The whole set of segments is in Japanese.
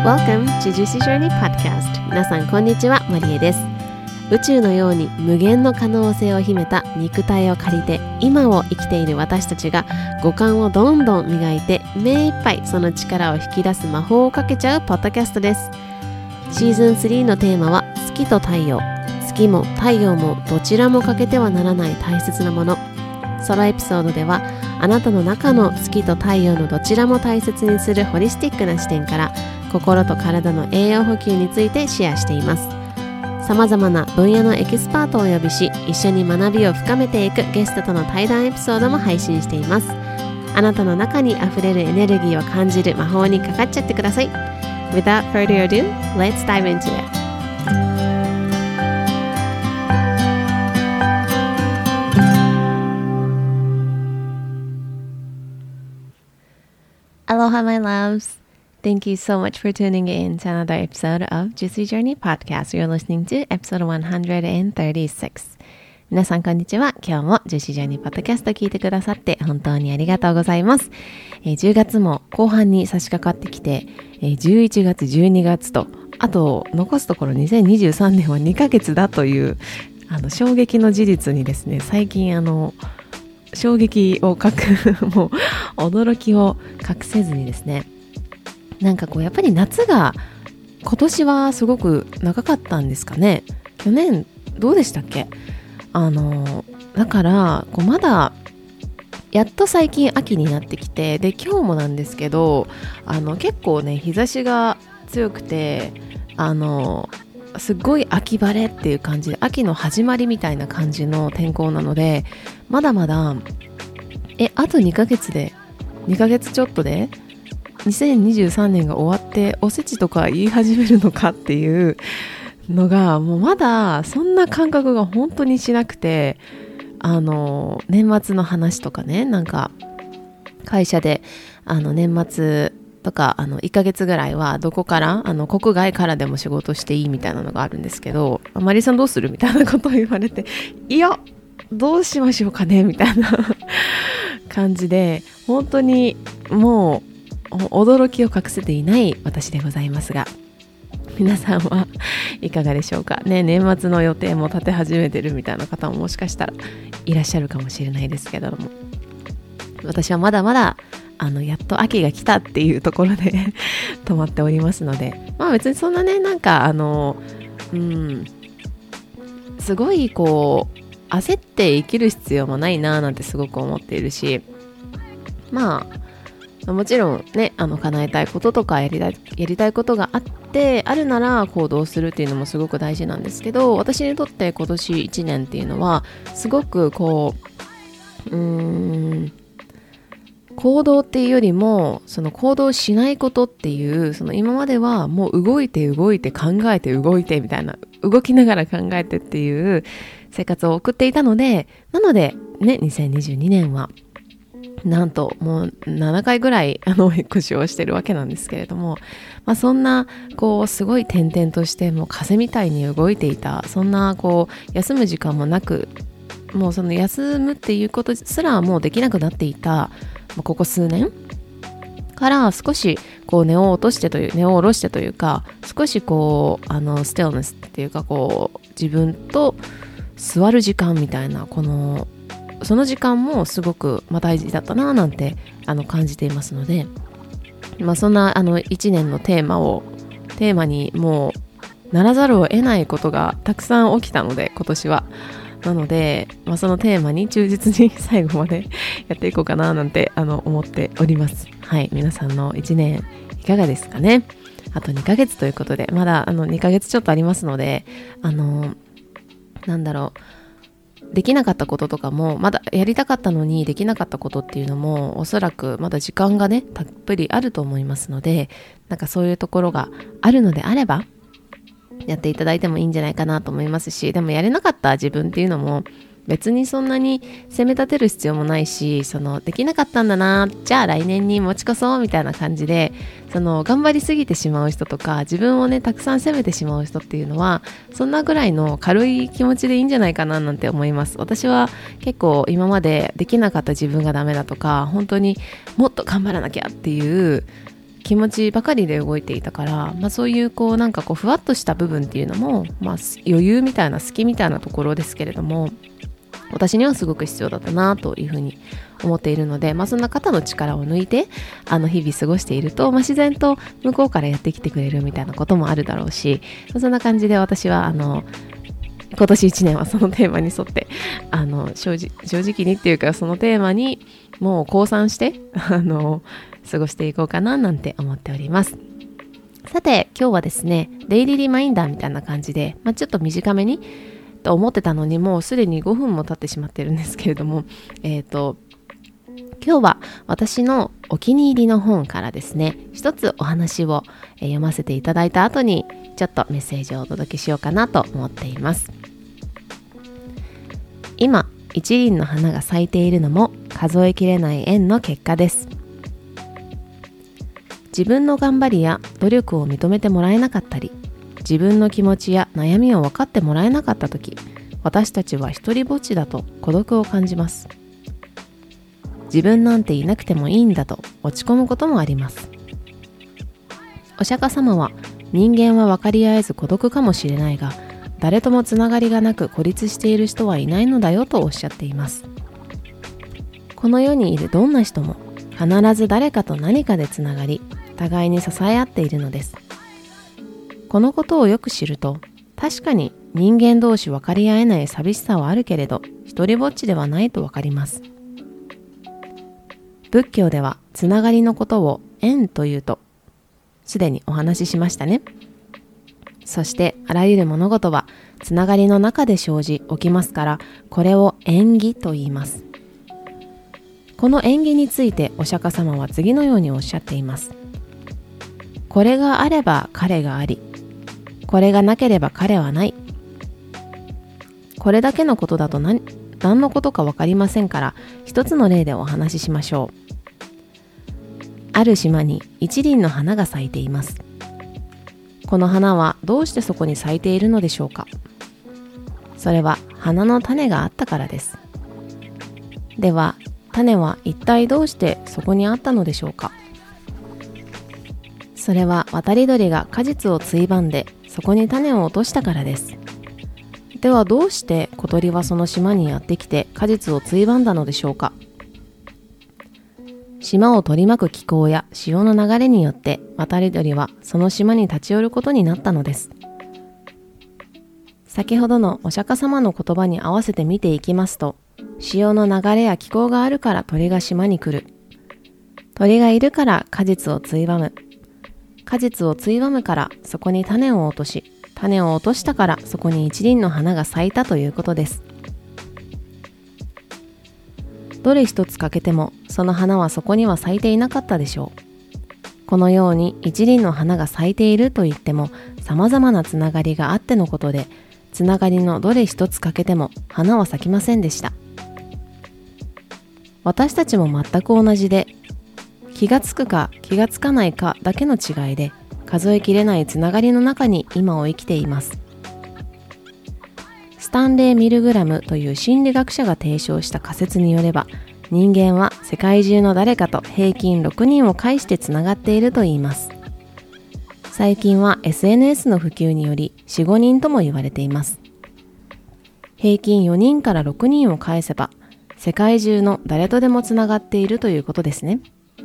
Welcome to Juicy Journey Podcast。 皆さんこんにちは、マリエです。宇宙のように無限の可能性を秘めた肉体を借りて今を生きている私たちが五感をどんどん磨いて目いっぱいその力を引き出す魔法をかけちゃうポッドキャストです。シーズン3のテーマは月と太陽。月も太陽もどちらも欠けてはならない大切なもの。ソロエピソードではあなたの中の月と太陽のどちらも大切にするホリスティックな視点から心と体の栄養補給についてシェアしています。さまざまな分野のエキスパートをお呼びし、一緒に学びを深めていくゲストとの対談エピソードも配信しています。あなたの中にあふれるエネルギーを感じる魔法にかかっちゃってください。 Without further ado, let's dive into it.Aloha, my loves. Thank you so much for tuning in to another episode of Juicy Journey Podcast. You're listening to episode 136. 皆さんこんにちは。今日も Juicy Journey Podcast 聞いてくださって本当にありがとうございます。10月も後半に差し掛かってきて、11月、12月と、あと残すところ2023年は2ヶ月だという衝撃の事実にですね、最近衝撃をもう驚きを隠せずにですね、なんかこうやっぱり夏が今年はすごく長かったんですかね。去年どうでしたっけ。だからこうまだやっと最近秋になってきて、で今日もなんですけど結構ね日差しが強くてすごい秋晴れっていう感じで、秋の始まりみたいな感じの天候なので、まだまだあと2ヶ月ちょっとで2023年が終わっておせちとか言い始めるのかっていうのが、もうまだそんな感覚が本当にしなくて、年末の話とかね、なんか会社で年末とか1ヶ月ぐらいはどこから国外からでも仕事していいみたいなのがあるんですけど、マリーさんどうするみたいなことを言われて、いやどうしましょうかねみたいな感じで、本当にもう驚きを隠せていない私でございますが、皆さんはいかがでしょうかね。年末の予定も立て始めてるみたいな方ももしかしたらいらっしゃるかもしれないですけども、私はまだまだやっと秋が来たっていうところで止まっておりますので、まあ別にそんなね、なんかすごいこう焦って生きる必要もないななんてすごく思っているし、まあもちろんね叶えたいこととかやりたいことがあるなら行動するっていうのもすごく大事なんですけど、私にとって今年1年っていうのはすごくこう行動っていうよりもその行動しないことっていう、その今まではもう動いて考えて動いてみたいな、動きながら考えてっていう生活を送っていたので、ね2022年はなんともう7回ぐらい引っ越しをしてるわけなんですけれども、まあ、そんなこうすごい転々としてもう風みたいに動いていた、そんなこう休む時間もなく、もうその休むっていうことすらもうできなくなっていたここ数年から少しこう根を下ろしてというか、少しこうステルネスっていうか、こう自分と座る時間みたいな、その時間もすごく大事だったななんて感じていますので、そんな1年のテーマにもうならざるを得ないことがたくさん起きたので、今年はなので、そのテーマに忠実に最後までやっていこうかななんて思っております。はい、皆さんの1年いかがですかね。あと2ヶ月ということで、まだ2ヶ月ちょっとありますので、できなかったこととかも、まだやりたかったのにできなかったことっていうのも、おそらくまだ時間がねたっぷりあると思いますので、なんかそういうところがあるのであればやっていただいてもいいんじゃないかなと思いますし、でもやれなかった自分っていうのも別にそんなに責め立てる必要もないし、できなかったんだな、じゃあ来年に持ち越そうみたいな感じで、頑張りすぎてしまう人とか自分をねたくさん責めてしまう人っていうのは、そんなぐらいの軽い気持ちでいいんじゃないかななんて思います。私は結構今までできなかった自分がダメだとか、本当にもっと頑張らなきゃっていう気持ちばかりで動いていたから、そういうなんかふわっとした部分っていうのも、余裕みたいな隙みたいなところですけれども、私にはすごく必要だったなというふうに思っているので、そんな肩の力を抜いて日々過ごしていると、自然と向こうからやってきてくれるみたいなこともあるだろうし、そんな感じで私は今年1年はそのテーマに沿って正直にっていうか、そのテーマにもう降参して過ごしていこうかななんて思っております。さて今日はですね、デイリーリマインダーみたいな感じで、ちょっと短めにと思ってたのに、もうすでに5分も経ってしまってるんですけれども、今日は私のお気に入りの本からですね、一つお話を読ませていただいた後にちょっとメッセージをお届けしようかなと思っています。今一輪の花が咲いているのも数えきれない縁の結果です。自分の頑張りや努力を認めてもらえなかったり、自分の気持ちや悩みを分かってもらえなかったとき、私たちは一人ぼっちだと孤独を感じます。自分なんていなくてもいいんだと落ち込むこともあります。お釈迦様は、人間は分かり合えず孤独かもしれないが、誰ともつながりがなく孤立している人はいないのだよとおっしゃっています。この世にいるどんな人も必ず誰かと何かでつながり、互いに支え合っているのです。このことをよく知ると、確かに人間同士分かり合えない寂しさはあるけれど、一人ぼっちではないと分かります。仏教ではつながりのことを縁というとすでにお話ししましたね。そしてあらゆる物事はつながりの中で生じ起きますから、これを縁起と言います。この縁起についてお釈迦様は次のようにおっしゃっています。これがあれば彼があり、これがなければ彼はない。これだけのことだと何のことか分かりませんから、一つの例でお話ししましょう。ある島に一輪の花が咲いています。この花はどうしてそこに咲いているのでしょうか。それは花の種があったからです。では、種は一体どうしてそこにあったのでしょうか。それは渡り鳥が果実をついばんでそこに種を落としたからです。ではどうして小鳥はその島にやってきて果実をついばんだのでしょうか。島を取り巻く気候や潮の流れによって渡り鳥はその島に立ち寄ることになったのです。先ほどのお釈迦様の言葉に合わせて見ていきますと、潮の流れや気候があるから鳥が島に来る。鳥がいるから果実をついばむ。果実をついばむからそこに種を落とし、種を落としたからそこに一輪の花が咲いたということです。どれ一つ欠けてもその花はそこには咲いていなかったでしょう。このように一輪の花が咲いていると言っても、様々なつながりがあってのことで、つながりのどれ一つ欠けても花は咲きませんでした。私たちも全く同じで、気がつくか気がつかないかだけの違いで、数えきれないつながりの中に今を生きています。スタンレー・ミルグラムという心理学者が提唱した仮説によれば、人間は世界中の誰かと平均6人を介してつながっているといいます。最近は SNS の普及により 4,5 人とも言われています。平均4人から6人を介せば、世界中の誰とでもつながっているということですね。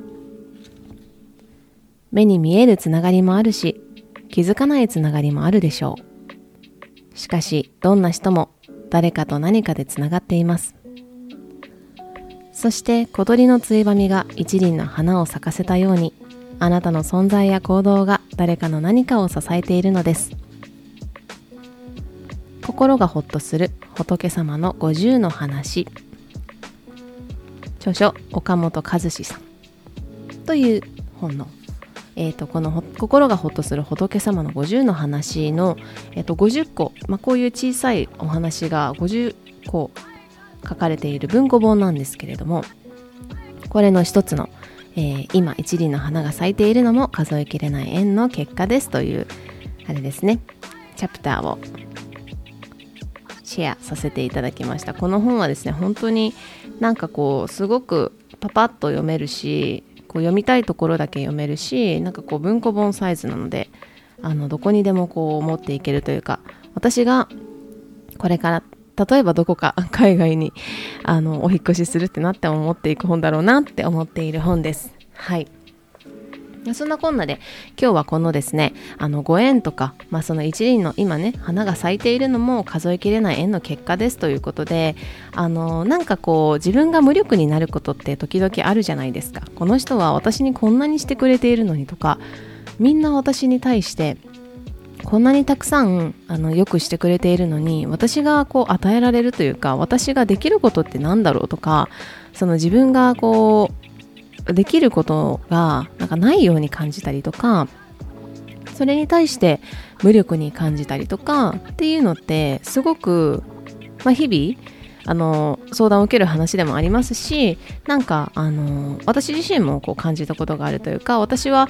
目に見えるつながりもあるし、気づかないつながりもあるでしょう。しかし、どんな人も誰かと何かでつながっています。そして小鳥のついばみが一輪の花を咲かせたように、あなたの存在や行動が誰かの何かを支えているのです。心がほっとする仏様の50の話。著書岡本和志さんという本の、この心がほっとする仏様の50の話の、50個、こういう小さいお話が50個書かれている文庫本なんですけれども、これの一つの、今一輪の花が咲いているのも数えきれない縁の結果ですというあれですね、チャプターをシェアさせていただきました。この本はですね、本当になんかすごくパパッと読めるし、 こう読みたいところだけ読めるし、なんかこう文庫本サイズなのでどこにでもこう持っていけるというか、私がこれから例えばどこか海外にお引越しするってなっても持っていく本だろうなって思っている本です。はい。そんなこんなで今日はこのですねご縁とか、その一輪の今ね花が咲いているのも数えきれない縁の結果ですということで、なんかこう自分が無力になることって時々あるじゃないですか。この人は私にこんなにしてくれているのにとか、みんな私に対してこんなにたくさんよくしてくれているのに、私がこう与えられるというか、私ができることってなんだろうとか、その自分がこうできることがなんかないように感じたりとか、それに対して無力に感じたりとかっていうのってすごく、日々相談を受ける話でもありますし、なんか私自身もこう感じたことがあるというか、私は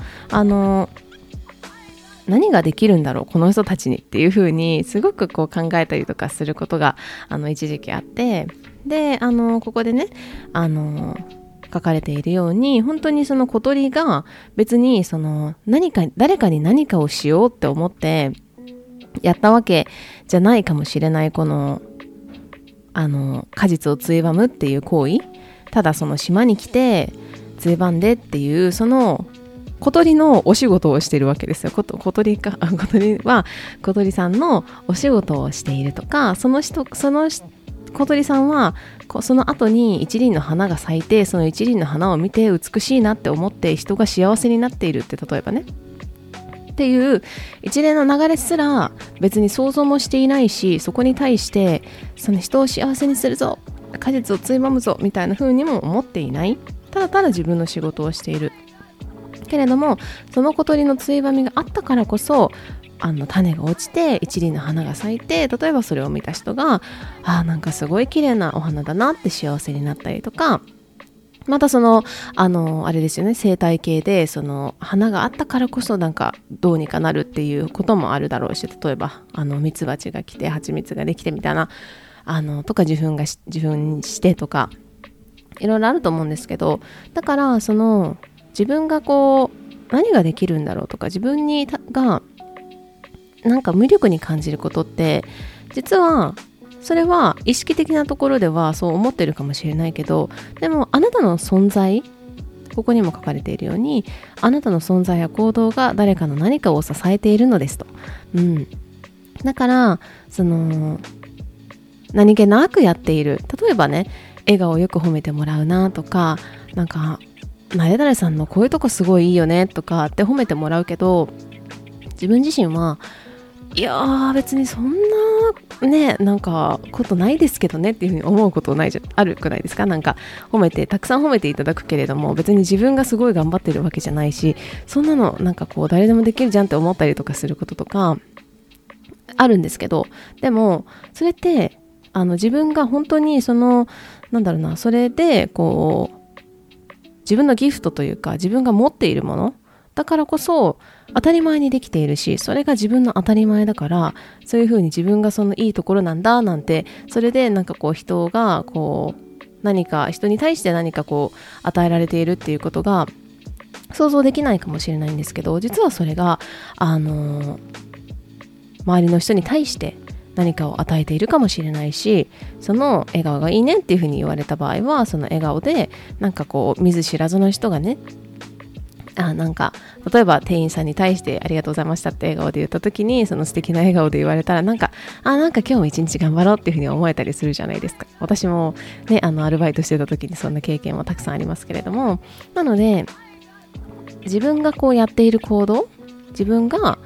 何ができるんだろうこの人たちにっていう風にすごくこう考えたりとかすることが一時期あって、でここでね書かれているように、本当にその小鳥が別にその誰かに何かをしようって思ってやったわけじゃないかもしれない、この果実をついばむっていう行為、ただその島に来てついばんでっていうその小鳥のお仕事をしているわけですよ。小鳥は小鳥さんのお仕事をしているとか、その小鳥さんはその後に一輪の花が咲いて、その一輪の花を見て美しいなって思って人が幸せになっているって、例えばねっていう一連の流れすら別に想像もしていないし、そこに対してその人を幸せにするぞ、果実をついばむぞみたいな風にも思っていない。ただただ自分の仕事をしているけれども、その小鳥のついばみがあったからこそ種が落ちて一輪の花が咲いて、例えばそれを見た人がなんかすごい綺麗なお花だなって幸せになったりとか、またそのあれですよね、生態系でその花があったからこそなんかどうにかなるっていうこともあるだろうし、例えばミツバチが来て蜂蜜ができてみたいなとか受粉してとかいろいろあると思うんですけど、だからその自分がこう何ができるんだろうとか、自分がなんか無力に感じることって、実はそれは意識的なところではそう思ってるかもしれないけど、でもあなたの存在、ここにも書かれているように、あなたの存在や行動が誰かの何かを支えているのですと。だからその何気なくやっている、例えばね笑顔をよく褒めてもらうなとか、なんか誰々さんのこういうとこすごいいいよねとかって褒めてもらうけど、自分自身はいやー別にそんなねなんかことないですけどねっていうふうに思うことあるくないですか。なんかたくさん褒めていただくけれども、別に自分がすごい頑張ってるわけじゃないし、そんなのなんかこう誰でもできるじゃんって思ったりとかすることとかあるんですけど、でもそれって自分が本当にそのそれでこう自分のギフトというか自分が持っているものだからこそ当たり前にできているし、それが自分の当たり前だから、そういうふうに自分がそのいいところなんだなんて、それでなんかこう人がこう人に対して何かこう与えられているっていうことが想像できないかもしれないんですけど、実はそれが周りの人に対して何かを与えているかもしれないし、その笑顔がいいねっていうふうに言われた場合は、その笑顔でなんかこう見ず知らずの人がね、なんか例えば店員さんに対してありがとうございましたって笑顔で言った時に、その素敵な笑顔で言われたらなんか今日も一日頑張ろうっていうふうに思えたりするじゃないですか。私もねアルバイトしてた時にそんな経験もたくさんありますけれども、なので自分がこうやっている行動、自分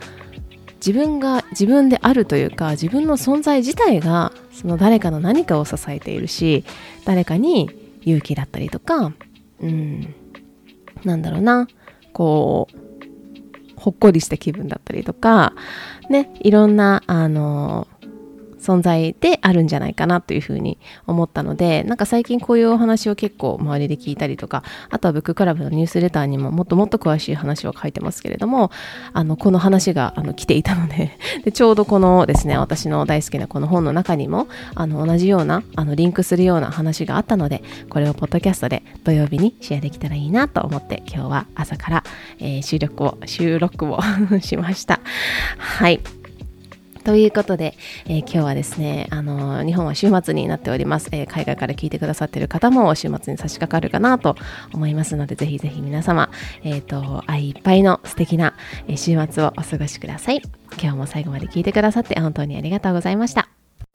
であるというか、自分の存在自体がその誰かの何かを支えているし、誰かに勇気だったりとか、こうほっこりした気分だったりとかね、いろんな存在であるんじゃないかなというふうに思ったので、なんか最近こういうお話を結構周りで聞いたりとか、あとはブッククラブのニュースレターにももっともっと詳しい話を書いてますけれども、この話が来ていたので、でちょうどこのですね、私の大好きなこの本の中にも同じようなリンクするような話があったので、これをポッドキャストで土曜日にシェアできたらいいなと思って今日は朝から、収録をしました。はい。ということで、今日はですね、日本は週末になっております。海外から聞いてくださっている方も週末に差し掛かるかなと思いますので、ぜひぜひ皆様、愛いっぱいの素敵な週末をお過ごしください。今日も最後まで聞いてくださって本当にありがとうございました。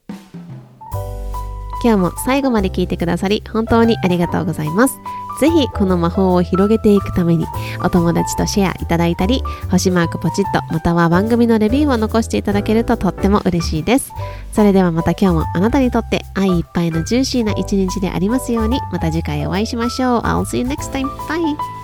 今日も最後まで聞いてくださり本当にありがとうございます。ぜひこの魔法を広げていくためにお友達とシェアいただいたり、星マークポチッとまたは番組のレビューを残していただけるととっても嬉しいです。それではまた今日もあなたにとって愛いっぱいのジューシーな一日でありますように。また次回お会いしましょう。I'll see you next time. Bye!